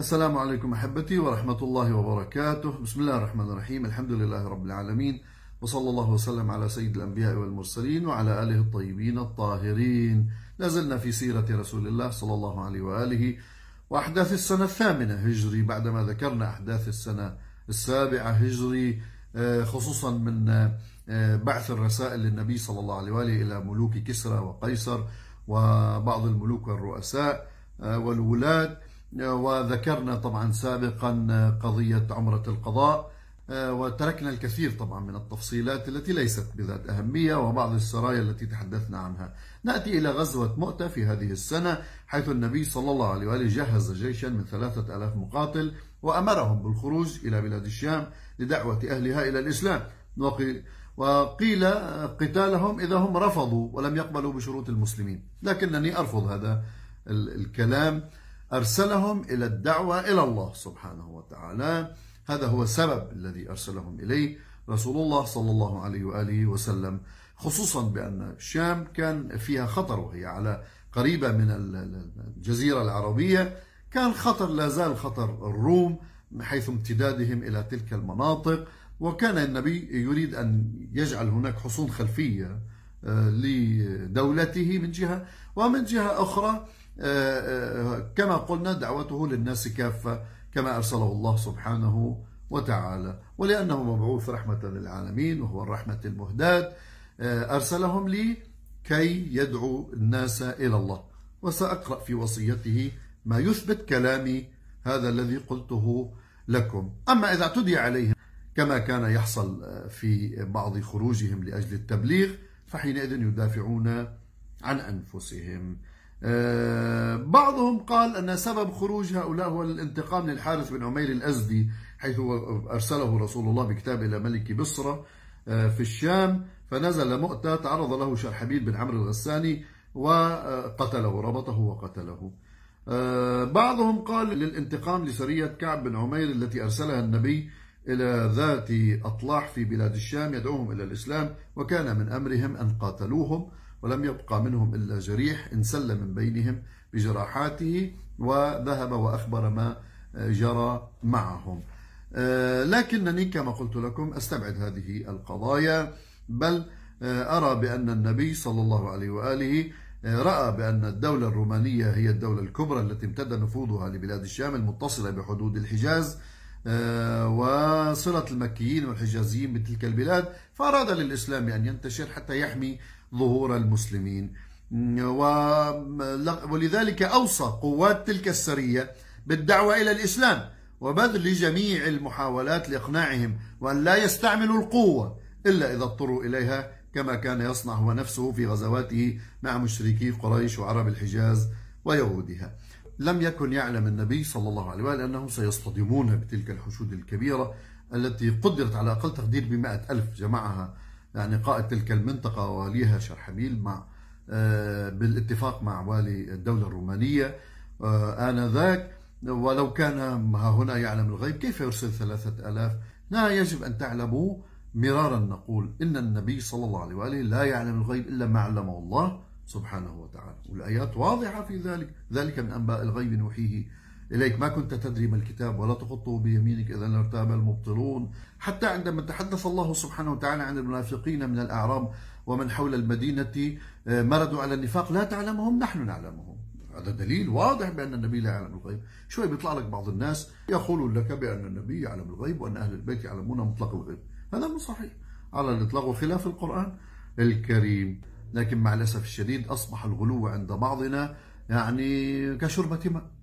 السلام عليكم أحبتي ورحمة الله وبركاته. بسم الله الرحمن الرحيم. الحمد لله رب العالمين، وصلى الله وسلم على سيد الأنبياء والمرسلين وعلى آله الطيبين الطاهرين. لازلنا في سيرة رسول الله صلى الله عليه وآله وأحداث السنة الثامنة هجري، بعدما ذكرنا أحداث السنة السابعة هجري، خصوصا من بعث الرسائل للنبي صلى الله عليه وآله إلى ملوك كسرى وقيصر وبعض الملوك والرؤساء والولاة. وذكرنا طبعا سابقا قضية عمرة القضاء، وتركنا الكثير طبعا من التفصيلات التي ليست بذات أهمية وبعض السرايا التي تحدثنا عنها. نأتي إلى غزوة مؤتة في هذه السنة، حيث النبي صلى الله عليه وآله جهز جيشا من 3000 مقاتل وأمرهم بالخروج إلى بلاد الشام لدعوة أهلها إلى الإسلام، وقيل قتالهم إذا هم رفضوا ولم يقبلوا بشروط المسلمين، لكنني أرفض هذا الكلام. أرسلهم إلى الدعوة إلى الله سبحانه وتعالى، هذا هو السبب الذي أرسلهم إليه رسول الله صلى الله عليه وآله وسلم، خصوصا بأن الشام كان فيها خطر، وهي على قريبة من الجزيرة العربية. كان خطر، لا زال خطر الروم حيث امتدادهم إلى تلك المناطق، وكان النبي يريد أن يجعل هناك حصون خلفية لدولته من جهة، ومن جهة أخرى كما قلنا دعوته للناس كافة كما أرسله الله سبحانه وتعالى، ولأنه مبعوث رحمة للعالمين وهو الرحمة المهداة، أرسلهم لكي يدعو الناس إلى الله. وسأقرأ في وصيته ما يثبت كلامي هذا الذي قلته لكم. أما إذا اعتدي عليهم كما كان يحصل في بعض خروجهم لأجل التبليغ، فحينئذ يدافعون عن أنفسهم. بعضهم قال أن سبب خروج هؤلاء هو الانتقام للحارث بن عمير الأزدي، حيث أرسله رسول الله بكتاب إلى ملك بصرة في الشام، فنزل مؤتة، تعرض له شرحبيل بن عمرو الغساني وقتله، ربطه وقتله. بعضهم قال للانتقام لسرية كعب بن عمير التي أرسلها النبي إلى ذات أطلاح في بلاد الشام يدعوهم إلى الإسلام، وكان من أمرهم أن قاتلوهم، ولم يبقى منهم إلا جريح انسل من بينهم بجراحاته، وذهب وأخبر ما جرى معهم. لكنني كما قلت لكم أستبعد هذه القضايا، بل أرى بأن النبي صلى الله عليه وآله رأى بأن الدولة الرومانية هي الدولة الكبرى التي امتد نفوذها لبلاد الشام المتصلة بحدود الحجاز وصلة المكيين والحجازيين بتلك البلاد، فأراد للإسلام أن ينتشر حتى يحمي ظهور المسلمين، ولذلك أوصى قوات تلك السرية بالدعوة إلى الإسلام وبذل جميع المحاولات لإقناعهم وأن لا يستعملوا القوة إلا إذا اضطروا إليها، كما كان يصنع هو نفسه في غزواته مع مشركي قريش وعرب الحجاز ويهودها. لم يكن يعلم النبي صلى الله عليه وآله أنهم سيصطدمون بتلك الحشود الكبيرة التي قدرت على أقل تقدير ب100,000، جمعها يعني قائد تلك المنطقة وواليها شرحبيل بالاتفاق مع والي الدولة الرومانية آنذاك. ولو كان هنا يعلم الغيب كيف يرسل 3000؟ لا، يجب أن تعلموا مرارا نقول إن النبي صلى الله عليه وآله لا يعلم الغيب إلا ما علمه الله سبحانه وتعالى، والآيات واضحة في ذلك من أنباء الغيب نوحيه إليك ما كنت تدري ما الكتاب ولا تخطه بيمينك إذا لارتاب المبطلون. حتى عندما تحدث الله سبحانه وتعالى عن المنافقين من الأعراب ومن حول المدينة مردوا على النفاق لا تعلمهم نحن نعلمهم، هذا دليل واضح بأن النبي لا يعلم الغيب. شوي بيطلع لك بعض الناس يقولون لك بأن النبي يعلم الغيب وأن أهل البيت يعلمون مطلق الغيب، هذا مو صحيح على الإطلاق وخلاف القرآن الكريم. لكن مع الأسف الشديد أصبح الغلو عند بعضنا يعني كشربة ماء،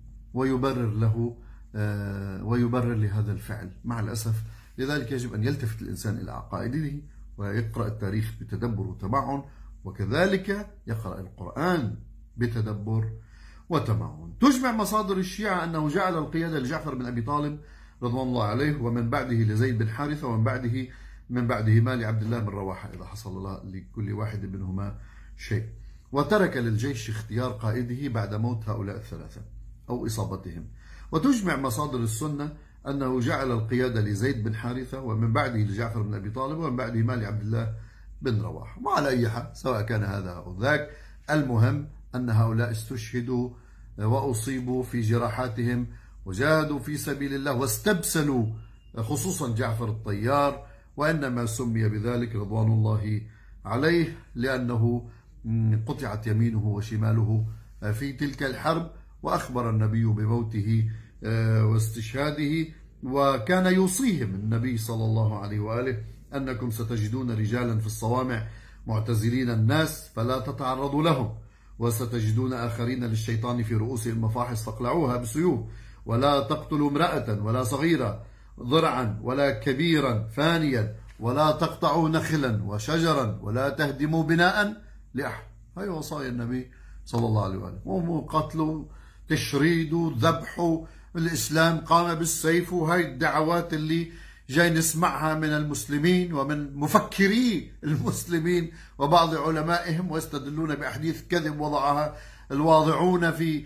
ويبرر لهذا الفعل مع الأسف. لذلك يجب أن يلتفت الإنسان إلى عقائده ويقرأ التاريخ بتدبر وتمعن، وكذلك يقرأ القرآن بتدبر وتمعن. تجمع مصادر الشيعة أنه جعل القيادة لجعفر بن أبي طالب رضوان الله عليه، ومن بعده لزيد بن حارثة، ومن بعدهما لعبد الله بن رواحة إذا حصل لكل واحد منهما شيء، وترك للجيش اختيار قائده بعد موت هؤلاء الثلاثة أو إصابتهم. وتجمع مصادر السنة أنه جعل القيادة لزيد بن حارثة، ومن بعده لجعفر بن أبي طالب، ومن بعدهما لعبد الله بن رواحة. وعلى أي حال سواء كان هذا أو ذاك، المهم أن هؤلاء استشهدوا وأصيبوا في جراحاتهم وجاهدوا في سبيل الله واستبسلوا، خصوصا جعفر الطيار، وإنما سمي بذلك رضوان الله عليه لأنه قطعت يمينه وشماله في تلك الحرب، وأخبر النبي بموته واستشهاده، وكان يوصيهم النبي صلى الله عليه وآله: أنكم ستجدون رجالا في الصوامع معتزلين الناس فلا تتعرضوا لهم، وستجدون آخرين للشيطان في رؤوسهم المفاحص فاقلعوها بسيوف، ولا تقتلوا امرأة ولا صغيرة ضرعا ولا كبيرا فانيا، ولا تقطعوا نخلا وشجرا، ولا تهدموا بناء لأحد. هاي وصايا النبي صلى الله عليه وآله. مو قتلوا، تشريدوا، ذبحوا، الإسلام قام بالسيف، وهي الدعوات اللي جاي نسمعها من المسلمين ومن مفكري المسلمين وبعض علمائهم، ويستدلون بأحاديث كذب وضعها الواضعون في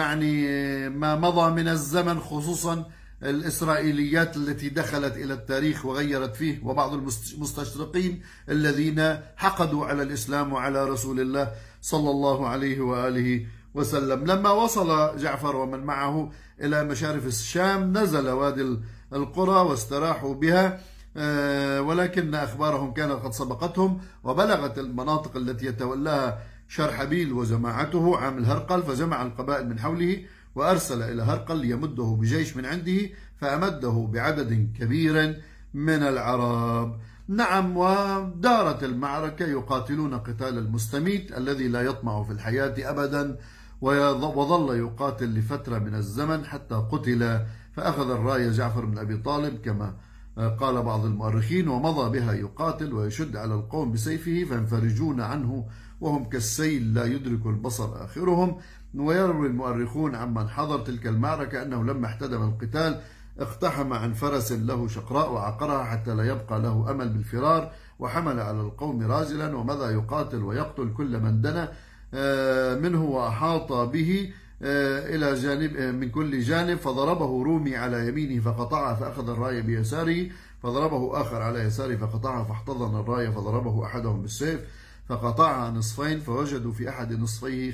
ما مضى من الزمن، خصوصا الإسرائيليات التي دخلت إلى التاريخ وغيرت فيه، وبعض المستشرقين الذين حقدوا على الإسلام وعلى رسول الله صلى الله عليه وآله وسلم. لما وصل جعفر ومن معه إلى مشارف الشام نزل وادي القرى واستراحوا بها، ولكن أخبارهم كانت قد سبقتهم وبلغت المناطق التي يتولاها شرحبيل وجماعته عام هرقل، فجمع القبائل من حوله وأرسل إلى هرقل ليمده بجيش من عنده، فأمده بعدد كبير من العرب. نعم، ودارت المعركة، يقاتلون قتال المستميت الذي لا يطمع في الحياة أبدا، وظل يقاتل لفترة من الزمن حتى قتل، فأخذ الراية جعفر بن أبي طالب كما قال بعض المؤرخين، ومضى بها يقاتل ويشد على القوم بسيفه فينفرجون عنه وهم كالسيل لا يدرك البصر آخرهم. ويروي المؤرخون عمن حضر تلك المعركة أنه لما احتدم القتال اقتحم عن فرس له شقراء وعقرها حتى لا يبقى له أمل بالفرار، وحمل على القوم راجلا ومضى يقاتل ويقتل كل من دنا منه وأحاط به إلى جانب من كل جانب، فضربه رومي على يمينه فقطعها فأخذ الراية بيساره، فضربه آخر على يساره فقطعها، فاحتضن الراية فضربه أحدهم بالسيف فقطعها نصفين، فوجدوا في أحد نصفيه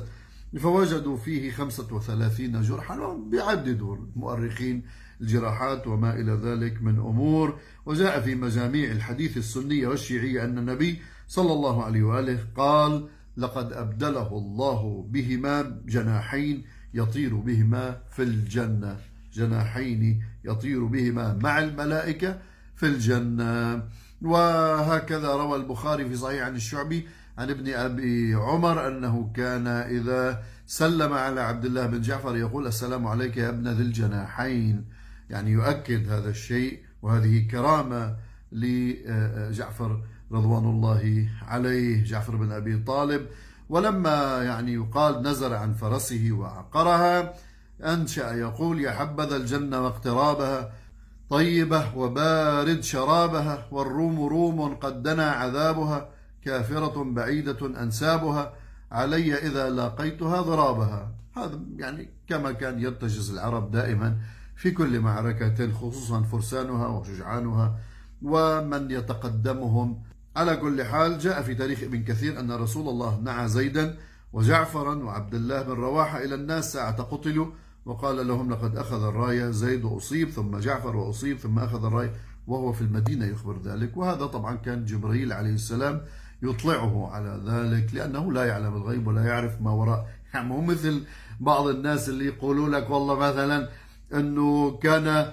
35 جرحا، بيعددوا المؤرخين الجراحات وما إلى ذلك من أمور. وجاء في مجاميع الحديث السنية والشيعية أن النبي صلى الله عليه وآله قال: لقد أبدله الله بهما جناحين يطير بهما في الجنة، جناحين يطير بهما مع الملائكة في الجنة. وهكذا روى البخاري في صحيح عن الشعبي عن ابن أبي عمر أنه كان إذا سلم على عبد الله بن جعفر يقول: السلام عليك يا ابن ذي الجناحين، يؤكد هذا الشيء، وهذه كرامة لجعفر رضوان الله عليه، جعفر بن أبي طالب. ولما يقال نزل عن فرسه وعقرها أنشأ يقول: يا حبذا الجنة واقترابها، طيبة وبارد شرابها، والروم روم قد دنا عذابها، كافرة بعيدة أنسابها، علي إذا لاقيتها ضرابها. هذا كما كان يرتجز العرب دائما في كل معركة، خصوصا فرسانها وشجعانها ومن يتقدمهم. على كل حال، جاء في تاريخ ابن كثير أن رسول الله نعى زيدا وجعفرا وعبد الله بن رواحة إلى الناس ساعة قتلوا، وقال لهم: لقد أخذ الراية زيد وأصيب، ثم جعفر وأصيب، ثم أخذ الراية، وهو في المدينة يخبر ذلك. وهذا طبعا كان جبريل عليه السلام يطلعه على ذلك، لأنه لا يعلم الغيب ولا يعرف ما وراء. مو مثل بعض الناس اللي يقولوا لك والله مثلا أنه كان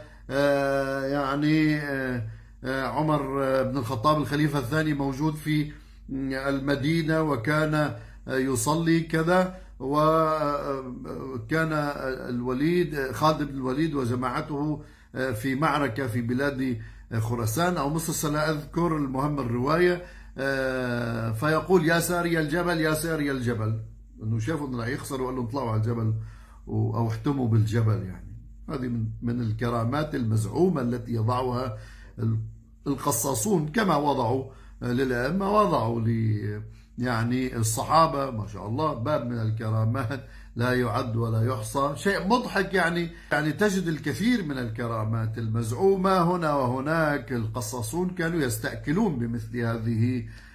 عمر بن الخطاب الخليفة الثاني موجود في المدينة وكان يصلي كذا، وكان الوليد خالد بن الوليد وجماعته في معركة في بلاد خراسان أو مصر، لا أذكر، المهم الرواية، فيقول: يا ساري الجبل، يا ساري الجبل، أنه شافوا أنه راح يخسروا وقال لهم اطلعوا على الجبل أو احتموا بالجبل. هذه من الكرامات المزعومة التي يضعها القصاصون، كما وضعوا للأئمة، وضعوا الصحابة ما شاء الله باب من الكرامات لا يعد ولا يحصى، شيء مضحك. تجد الكثير من الكرامات المزعومة هنا وهناك. القصاصون كانوا يستأكلون بمثل هذه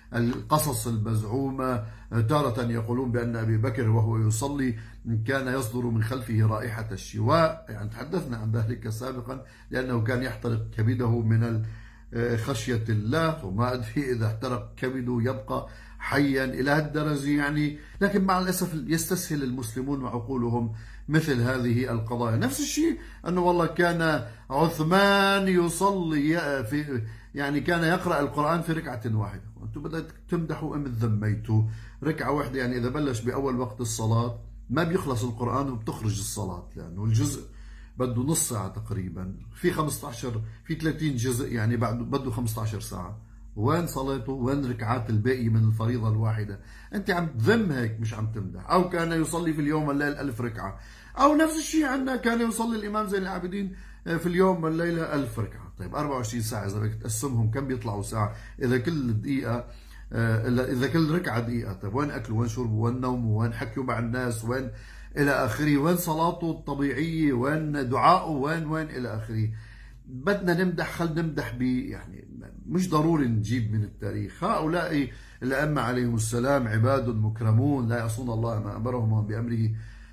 القصص المزعومة. تارة يقولون بأن أبي بكر وهو يصلي كان يصدر من خلفه رائحة الشواء، يعني تحدثنا عن ذلك سابقا، لأنه كان يحترق كبده من خشية الله، وما أدري إذا احترق كبده يبقى حيا إلى هالدرجة يعني. لكن مع الأسف يستسهل المسلمون وعقولهم مثل هذه القضايا. نفس الشيء أنه والله كان عثمان يصلي في، يعني كان يقرأ القرآن في ركعة واحدة، وأنتم بدأت تمدحوا أم ذميتوا ركعة واحدة. يعني إذا بلش بأول وقت الصلاة ما بيخلص القرآن وبتخرج الصلاة، لأنه الجزء بده نص ساعة تقريبا، في 15 في 30 جزء، يعني بعد بده 15 ساعة. وين صلاته؟ وين ركعات الباقي من الفريضة الواحدة؟ أنت عم تذم هيك مش عم تمدح. أو كان يصلي في اليوم والليل 1000 ركعة، أو نفس الشيء عندنا كان يصلي الإمام زين العابدين في اليوم والليلة 1000 ركعة. طيب 24 ساعة إذا بدك تقسمهم كم بيطلعوا ساعة؟ إذا كل دقيقة إذا كل ركعة دقيقة، طيب وين أكله وين شربه وين نومه وين حكيه مع الناس وين إلى آخره، وين صلاته الطبيعية وين دعائه وين إلى آخره. بدنا نمدح، خل نمدح يعني مش ضروري نجيب من التاريخ. هؤلاء الأئمة عليهم السلام عباد مكرمون لا يعصون الله ما أمرهم وهم بأمره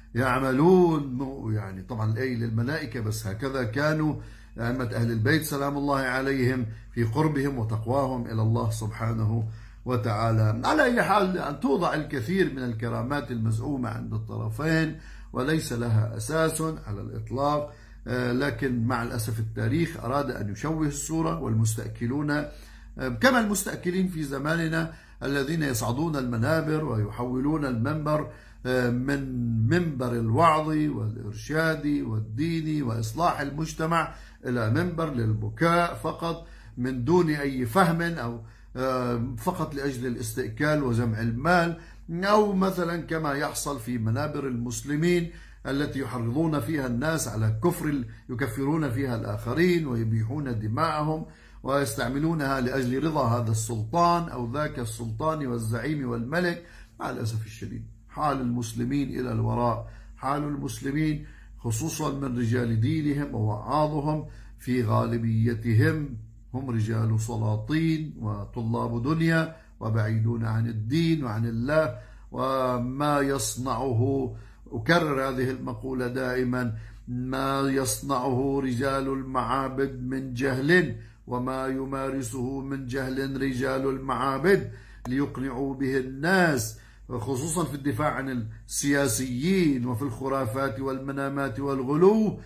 يعملون. يعني طبعا الآية للملائكة، بس هكذا كانوا أئمة أهل البيت سلام الله عليهم في قربهم وتقواهم إلى الله سبحانه وتعالى. على أي حال أن توضع الكثير من الكرامات المزعومة عند الطرفين وليس لها أساس على الإطلاق، لكن مع الأسف التاريخ أراد أن يشوه الصورة، والمستأكلون كما المستأكلين في زماننا الذين يصعدون المنابر ويحولون المنبر من منبر الوعظ والإرشاد والدين وإصلاح المجتمع إلى منبر للبكاء فقط من دون أي فهم، أو فقط لأجل الاستئكال وجمع المال، أو مثلا كما يحصل في منابر المسلمين التي يحرضون فيها الناس على كفر، يكفرون فيها الآخرين ويبيحون دماءهم ويستعملونها لأجل رضا هذا السلطان أو ذاك السلطان والزعيم والملك. مع الأسف الشديد حال المسلمين إلى الوراء، حال المسلمين خصوصا من رجال دينهم ووعاظهم في غالبيتهم هم رجال سلاطين وطلاب دنيا وبعيدون عن الدين وعن الله. وما يصنعه، أكرر هذه المقولة دائما، ما يصنعه رجال المعابد من جهل وما يمارسه من جهل رجال المعابد ليقنعوا به الناس، خصوصا في الدفاع عن السياسيين وفي الخرافات والمنامات والغلو،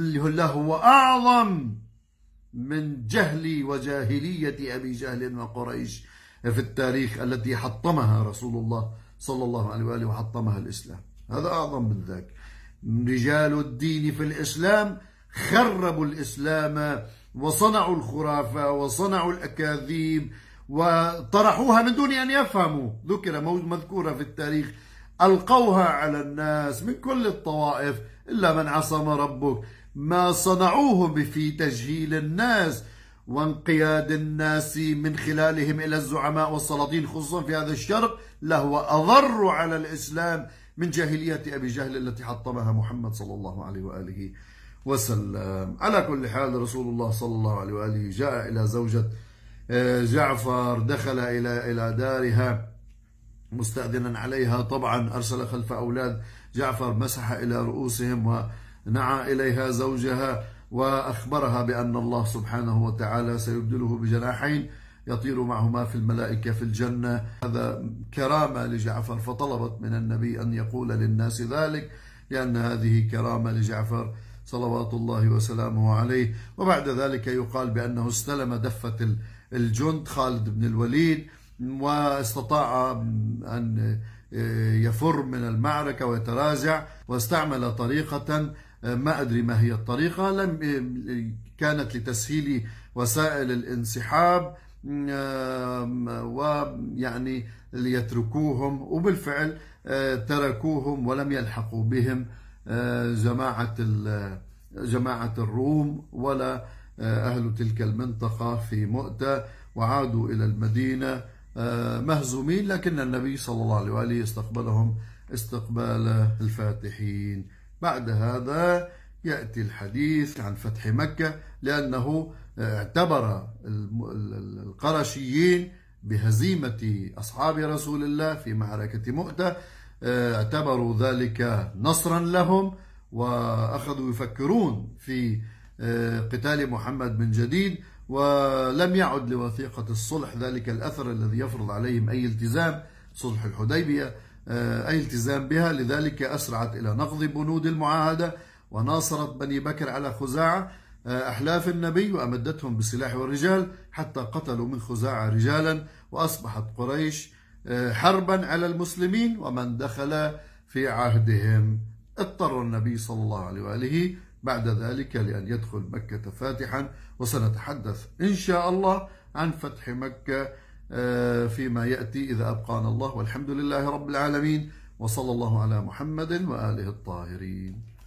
هو أعظم من جهل وجاهلية أبي جهل وقريش في التاريخ التي حطمها رسول الله صلى الله عليه وآله وحطمها الإسلام. هذا أعظم من ذاك. رجال الدين في الإسلام خربوا الإسلام وصنعوا الخرافة وصنعوا الأكاذيب وطرحوها من دون أن يفهموا. مذكورة في التاريخ، ألقوها على الناس من كل الطوائف إلا من عصم ربك. ما صنعوه في تجهيل الناس وانقياد الناس من خلالهم إلى الزعماء والسلاطين خصوصا في هذا الشرق لهو أضر على الإسلام من جاهلية أبي جهل التي حطمها محمد صلى الله عليه وآله وسلم. على كل حال رسول الله صلى الله عليه وآله جاء إلى زوجة جعفر، دخل إلى دارها مستأذنا عليها، طبعا أرسل خلف أولاد جعفر مسح إلى رؤوسهم ونعى إليها زوجها وأخبرها بأن الله سبحانه وتعالى سيبدله بجناحين يطير معهما في الملائكة في الجنة. هذا كرامة لجعفر، فطلبت من النبي أن يقول للناس ذلك لأن هذه كرامة لجعفر صلوات الله وسلامه عليه. وبعد ذلك يقال بأنه استلم دفة الجند خالد بن الوليد واستطاع أن يفر من المعركة ويتراجع، واستعمل طريقة ما أدري ما هي الطريقة، كانت لتسهيل وسائل الانسحاب ويعني ليتركوهم، وبالفعل تركوهم ولم يلحقوا بهم جماعة الروم ولا أهل تلك المنطقة في مؤتة، وعادوا إلى المدينة مهزومين. لكن النبي صلى الله عليه وآله استقبلهم استقبال الفاتحين. بعد هذا يأتي الحديث عن فتح مكة، لأنه اعتبر القرشيين بهزيمة أصحاب رسول الله في معركة مؤتة اعتبروا ذلك نصرا لهم، وأخذوا يفكرون في قتال محمد من جديد، ولم يعد لوثيقة الصلح ذلك الأثر الذي يفرض عليهم أي التزام، صلح الحديبية أي التزام بها. لذلك أسرعت إلى نقض بنود المعاهدة، وناصرت بني بكر على خزاعة أحلاف النبي، وأمدتهم بالسلاح والرجال حتى قتلوا من خزاعة رجالا، وأصبحت قريش حربا على المسلمين ومن دخل في عهدهم. اضطر النبي صلى الله عليه وآله بعد ذلك لأن يدخل مكة فاتحا، وسنتحدث إن شاء الله عن فتح مكة فيما يأتي إذا أبقانا الله، والحمد لله رب العالمين، وصلى الله على محمد وآله الطاهرين.